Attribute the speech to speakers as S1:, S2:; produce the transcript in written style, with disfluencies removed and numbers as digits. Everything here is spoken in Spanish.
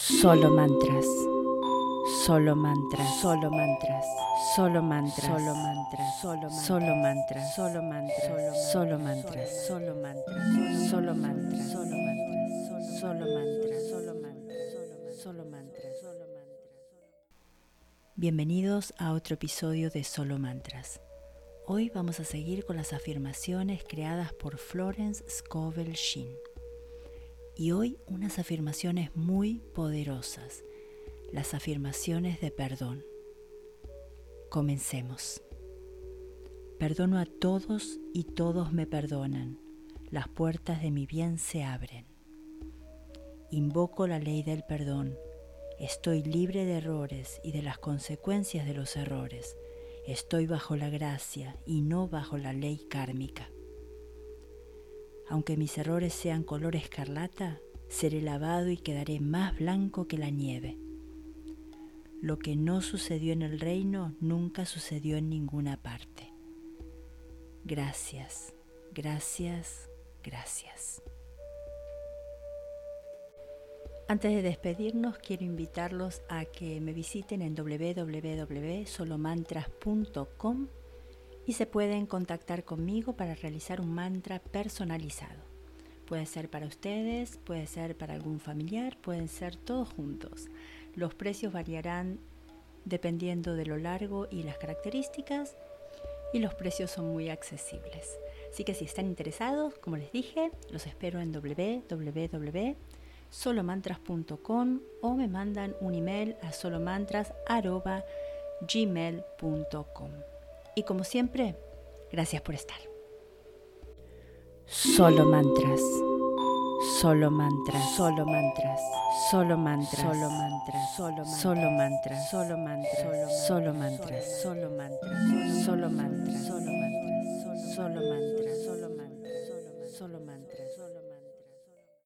S1: Solo mantras, solo mantras, solo mantras, solo mantras, solo mantras, solo mantras, solo mantras, solo mantras, solo mantras, solo mantras, solo mantras, solo mantras, solo mantras, solo mantras. Bienvenidos a otro episodio de Solo Mantras. Hoy vamos a seguir con las afirmaciones creadas por Florence Scovel Shinn. Y hoy unas afirmaciones muy poderosas, las afirmaciones de perdón. Comencemos. Perdono a todos y todos me perdonan. Las puertas de mi bien se abren. Invoco la ley del perdón. Estoy libre de errores y de las consecuencias de los errores. Estoy bajo la gracia y no bajo la ley kármica. Aunque mis errores sean color escarlata, seré lavado y quedaré más blanco que la nieve. Lo que no sucedió en el reino nunca sucedió en ninguna parte. Gracias, gracias, gracias. Antes de despedirnos, quiero invitarlos a que me visiten en www.solomantras.com y se pueden contactar conmigo para realizar un mantra personalizado. Puede ser para ustedes, puede ser para algún familiar, pueden ser todos juntos. Los precios variarán dependiendo de lo largo y las características, y los precios son muy accesibles. Así que si están interesados, como les dije, los espero en www.solomantras.com o me mandan un email a solomantras@gmail.com. Y como siempre, gracias por estar. Solo mantras, solo mantras, solo mantras, solo mantras, solo mantras, solo mantras, solo mantras, solo mantras, solo mantras, solo mantras, solo mantras, solo mantras, solo mantras.